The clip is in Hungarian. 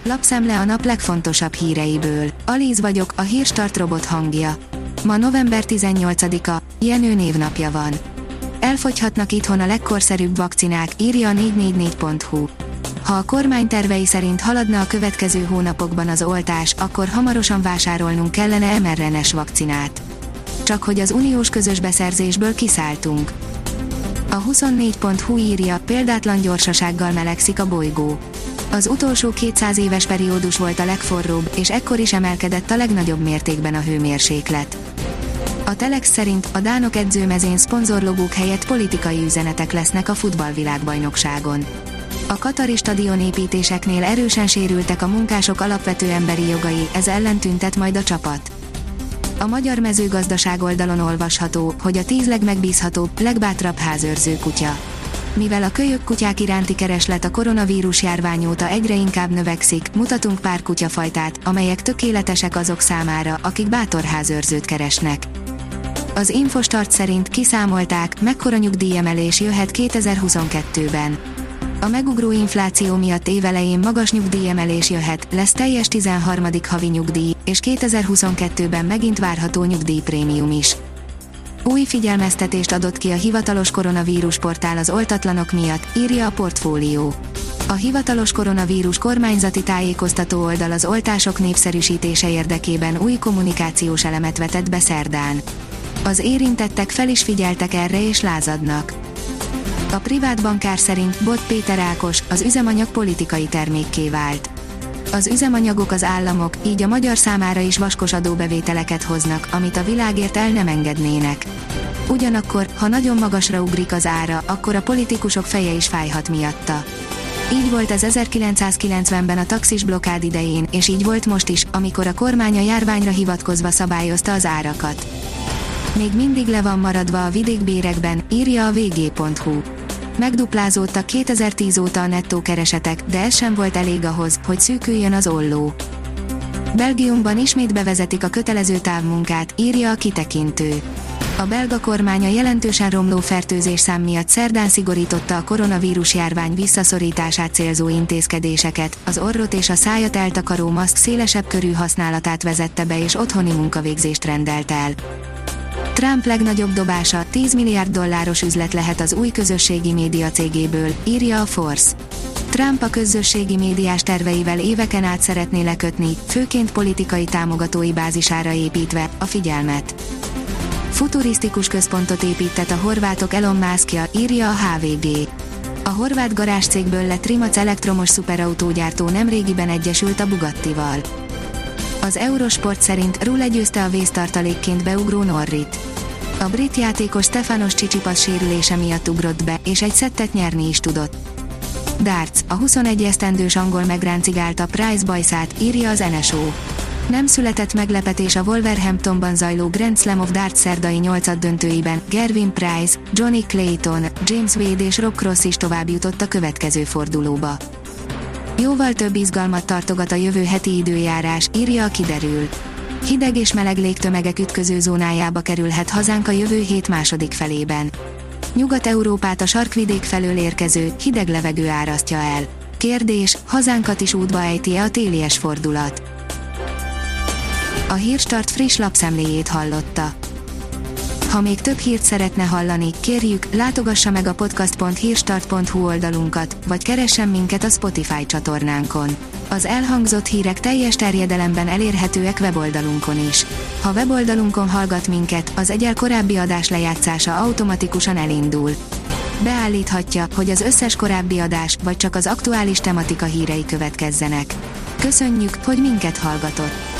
Lapszemle a nap legfontosabb híreiből. Alíz vagyok, a Hírstart robot hangja. Ma november 18-a, Jenő névnapja van. Elfogyhatnak itthon a legkorszerűbb vakcinák, írja a 444.hu. Ha a kormány tervei szerint haladna a következő hónapokban az oltás, akkor hamarosan vásárolnunk kellene mRNA-s vakcinát. Csak hogy az uniós közös beszerzésből kiszálltunk. A 24.hu írja, példátlan gyorsasággal melegszik a bolygó. Az utolsó 200 éves periódus volt a legforróbb, és ekkor is emelkedett a legnagyobb mértékben a hőmérséklet. A Telex szerint a dánok edzőmezén szponzorlogók helyett politikai üzenetek lesznek a futballvilágbajnokságon. A katari stadionépítéseknél erősen sérültek a munkások alapvető emberi jogai, ez ellen tüntet majd a csapat. A Magyar Mezőgazdaság oldalon olvasható, hogy a 10 legmegbízhatóbb, legbátrabb házőrző kutya. Mivel a kölyök kutyák iránti kereslet a koronavírus járvány óta egyre inkább növekszik, mutatunk pár kutyafajtát, amelyek tökéletesek azok számára, akik bátor házőrzőt keresnek. Az Infostart szerint kiszámolták, mekkora nyugdíjemelés jöhet 2022-ben. A megugró infláció miatt évelején magas nyugdíjemelés jöhet, lesz teljes 13. havi nyugdíj, és 2022-ben megint várható nyugdíjprémium is. Új figyelmeztetést adott ki a hivatalos koronavírus portál az oltatlanok miatt, írja a Portfólió. A hivatalos koronavírus kormányzati tájékoztató oldal az oltások népszerűsítése érdekében új kommunikációs elemet vetett be szerdán. Az érintettek fel is figyeltek erre és lázadnak. A privát bankár szerint Bot Péter Ákos, az üzemanyag politikai termékké vált. Az üzemanyagok az államok, így a magyar számára is vaskos adóbevételeket hoznak, amit a világért el nem engednének. Ugyanakkor, ha nagyon magasra ugrik az ára, akkor a politikusok feje is fájhat miatta. Így volt ez 1990-ben a taxis blokkád idején, és így volt most is, amikor a kormány a járványra hivatkozva szabályozta az árakat. Még mindig le van maradva a vidékbérekben, írja a vg.hu. Megduplázódtak 2010 óta a nettó keresetek, de ez sem volt elég ahhoz, hogy szűküljön az olló. Belgiumban ismét bevezetik a kötelező távmunkát, írja a kitekintő. A belga kormány a jelentősen romló fertőzésszám miatt szerdán szigorította a koronavírus járvány visszaszorítását célzó intézkedéseket, az orrot és a szájat eltakaró maszk szélesebb körű használatát vezette be és otthoni munkavégzést rendelt el. Trump legnagyobb dobása, $10 milliárd üzlet lehet az új közösségi média cégéből, írja a Force. Trump a közösségi médiás terveivel éveken át szeretné lekötni, főként politikai támogatói bázisára építve, a figyelmet. Futurisztikus központot épített a horvátok Elon Muskja, írja a HVG. A horvát garázscégből lett Rimac elektromos szuperautógyártó nemrégiben egyesült a Bugattival. Az Eurosport szerint Rule győzte a vésztartalékként beugró Norrit. A brit játékos Stefanos Tsitsipas sérülése miatt ugrott be, és egy szettet nyerni is tudott. Darts, a 21 esztendős angol megráncigálta Price bajszát, írja az NSO. Nem született meglepetés a Wolverhamptonban zajló Grand Slam of Darts szerdai nyolcaddöntőiben, Gervin Price, Johnny Clayton, James Wade és Rob Cross is tovább jutott a következő fordulóba. Jóval több izgalmat tartogat a jövő heti időjárás, írja a Kiderül. Hideg és meleg légtömegek ütköző zónájába kerülhet hazánk a jövő hét második felében. Nyugat-Európát a sarkvidék felől érkező, hideg levegő árasztja el. Kérdés, hazánkat is útba ejti-e a télies fordulat? A Hírstart friss lapszemléjét hallotta. Ha még több hírt szeretne hallani, kérjük, látogassa meg a podcast.hírstart.hu oldalunkat, vagy keressen minket a Spotify csatornánkon. Az elhangzott hírek teljes terjedelemben elérhetőek weboldalunkon is. Ha weboldalunkon hallgat minket, az egyel korábbi adás lejátszása automatikusan elindul. Beállíthatja, hogy az összes korábbi adás, vagy csak az aktuális tematika hírei következzenek. Köszönjük, hogy minket hallgatott!